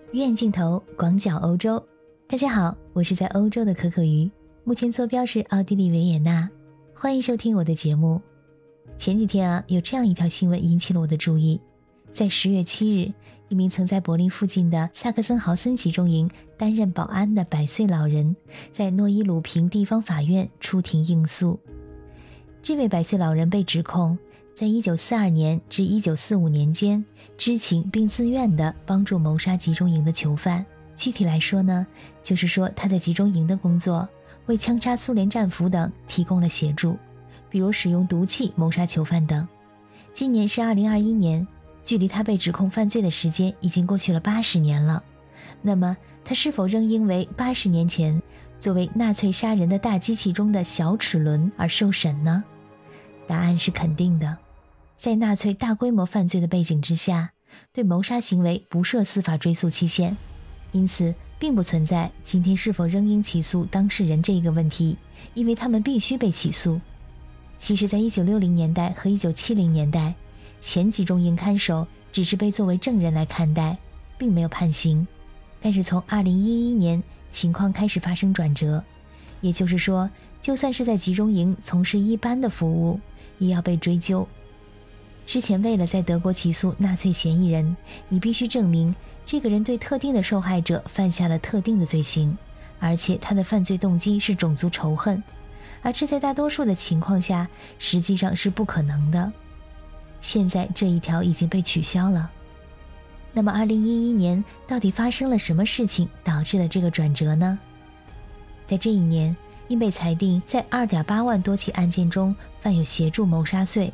鱼眼镜头，广角欧洲。大家好，我是在欧洲的可可鱼，目前坐标是奥地利维也纳。欢迎收听我的节目。前几天有这样一条新闻引起了我的注意。在10月7日，一名曾在柏林附近的萨克森豪森集中营担任保安的100岁老人，在诺伊鲁平地方法院出庭应诉。这位100岁老人被指控在1942年至1945年间知情并自愿地帮助谋杀集中营的囚犯。具体来说呢，就是说他在集中营的工作为枪杀苏联战俘等提供了协助，比如使用毒气谋杀囚犯等。今年是2021年，距离他被指控犯罪的时间已经过去了80年了。那么他是否仍因为80年前作为纳粹杀人的大机器中的小齿轮而受审呢？答案是肯定的。在纳粹大规模犯罪的背景之下，对谋杀行为不设司法追诉期限，因此并不存在今天是否仍应起诉当事人这个问题，因为他们必须被起诉。其实在1960年代和1970年代，前集中营看守只是被作为证人来看待，并没有判刑。但是从2011年情况开始发生转折，也就是说，就算是在集中营从事一般的服务，也要被追究。之前为了在德国起诉纳粹嫌疑人，你必须证明这个人对特定的受害者犯下了特定的罪行，而且他的犯罪动机是种族仇恨，而这在大多数的情况下实际上是不可能的。现在这一条已经被取消了。那么2011年到底发生了什么事情导致了这个转折呢？在这一年，因被裁定在2.8万多起案件中犯有协助谋杀罪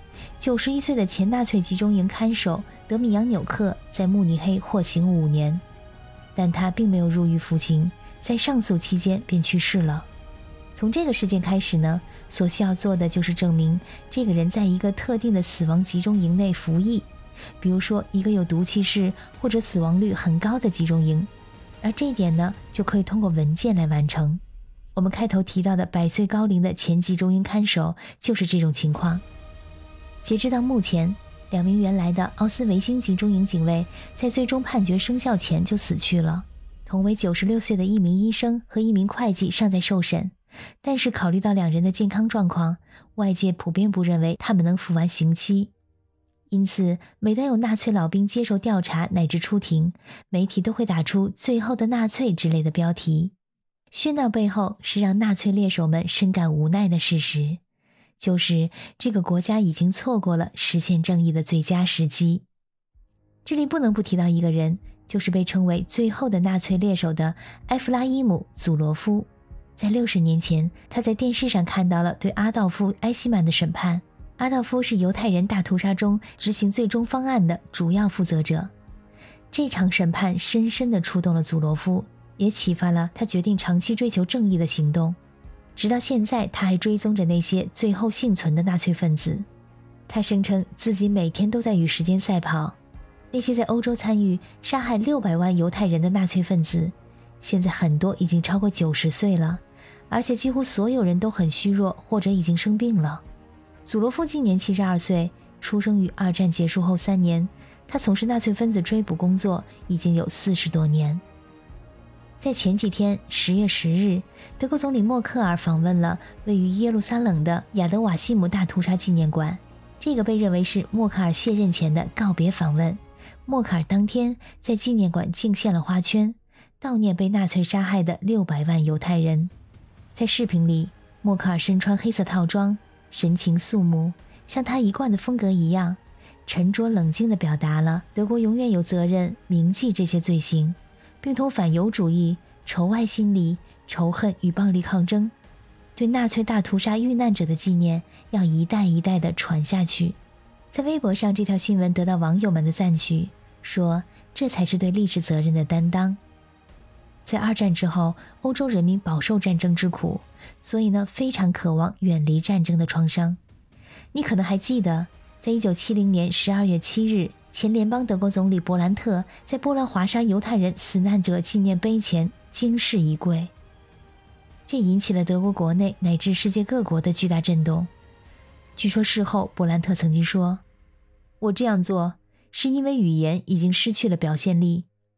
，91岁的前纳粹集中营看守德米扬纽克在慕尼黑获刑5年，但他并没有入狱服刑，在上诉期间便去世了。从这个事件开始呢，所需要做的就是证明这个人在一个特定的死亡集中营内服役，比如说一个有毒气室或者死亡率很高的集中营，而这一点呢，就可以通过文件来完成。我们开头提到的100岁高龄的前集中营看守就是这种情况。截至到目前，2名原来的奥斯维辛集中营警卫在最终判决生效前就死去了，同为96岁的一名医生和一名会计尚在受审，但是考虑到2人的健康状况，外界普遍不认为他们能服完刑期。因此每当有纳粹老兵接受调查乃至出庭，媒体都会打出最后的纳粹之类的标题。喧闹背后是让纳粹猎手们深感无奈的事实，就是这个国家已经错过了实现正义的最佳时机。这里不能不提到一个人，就是被称为最后的纳粹猎手的埃弗拉伊姆·祖罗夫。在60年前，他在电视上看到了对阿道夫·埃希曼的审判。阿道夫是犹太人大屠杀中执行最终方案的主要负责者。这场审判深深地触动了祖罗夫，也启发了他决定长期追求正义的行动。直到现在，他还追踪着那些最后幸存的纳粹分子。他声称自己每天都在与时间赛跑。那些在欧洲参与杀害600万犹太人的纳粹分子，现在很多已经超过90岁了，而且几乎所有人都很虚弱或者已经生病了。祖罗夫今年72岁，出生于2战结束后3年，他从事纳粹分子追捕工作已经有40多年。在前几天10月10日，德国总理默克尔访问了位于耶路撒冷的亚德瓦西姆大屠杀纪念馆，这个被认为是默克尔卸任前的告别访问。默克尔当天在纪念馆敬献了花圈，悼念被纳粹杀害的600万犹太人。在视频里，默克尔身穿黑色套装，神情肃穆，像他一贯的风格一样，沉着冷静地表达了德国永远有责任铭记这些罪行，并同反犹主义、仇外心理、仇恨与暴力抗争，对纳粹大屠杀遇难者的纪念要一代一代地传下去。在微博上，这条新闻得到网友们的赞许，说这才是对历史责任的担当。在2战之后，欧洲人民饱受战争之苦，所以呢，非常渴望远离战争的创伤。你可能还记得，在1970年12月7日，前联邦德国总理勃兰特在波兰华沙犹太人死难者纪念碑前惊世一跪，这引起了德国国内乃至世界各国的巨大震动。据说事后勃兰特曾经说，我这样做是因为语言已经失去了表现力。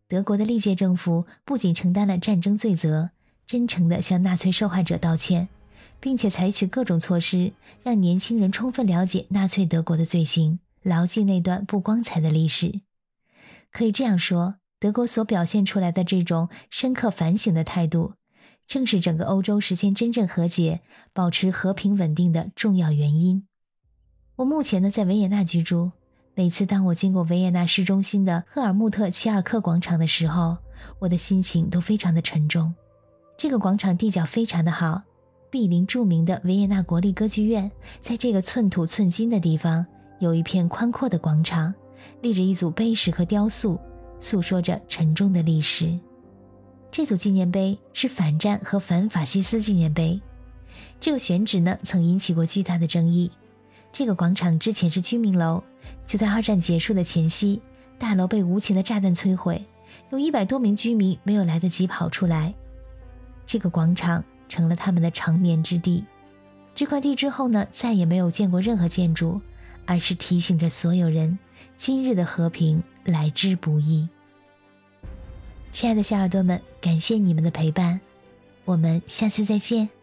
德国的历届政府不仅承担了战争罪责，真诚地向纳粹受害者道歉，并且采取各种措施，让年轻人充分了解纳粹德国的罪行，牢记那段不光彩的历史。可以这样说，德国所表现出来的这种深刻反省的态度，正是整个欧洲实现真正和解、保持和平稳定的重要原因。我目前呢在维也纳居住，每次当我经过维也纳市中心的赫尔穆特·齐尔克广场的时候，我的心情都非常的沉重。这个广场地角非常的好，毗邻著名的维也纳国立歌剧院，在这个寸土寸金的地方，有一片宽阔的广场，立着一组碑石和雕塑，诉说着沉重的历史。这组纪念碑是反战和反法西斯纪念碑。这个选址呢，曾引起过巨大的争议。这个广场之前是居民楼，就在二战结束的前夕，大楼被无情的炸弹摧毁，有100多名居民没有来得及跑出来。这个广场成了他们的长眠之地。这块地之后呢，再也没有见过任何建筑，而是提醒着所有人，今日的和平来之不易。亲爱的小耳朵们，感谢你们的陪伴，我们下次再见。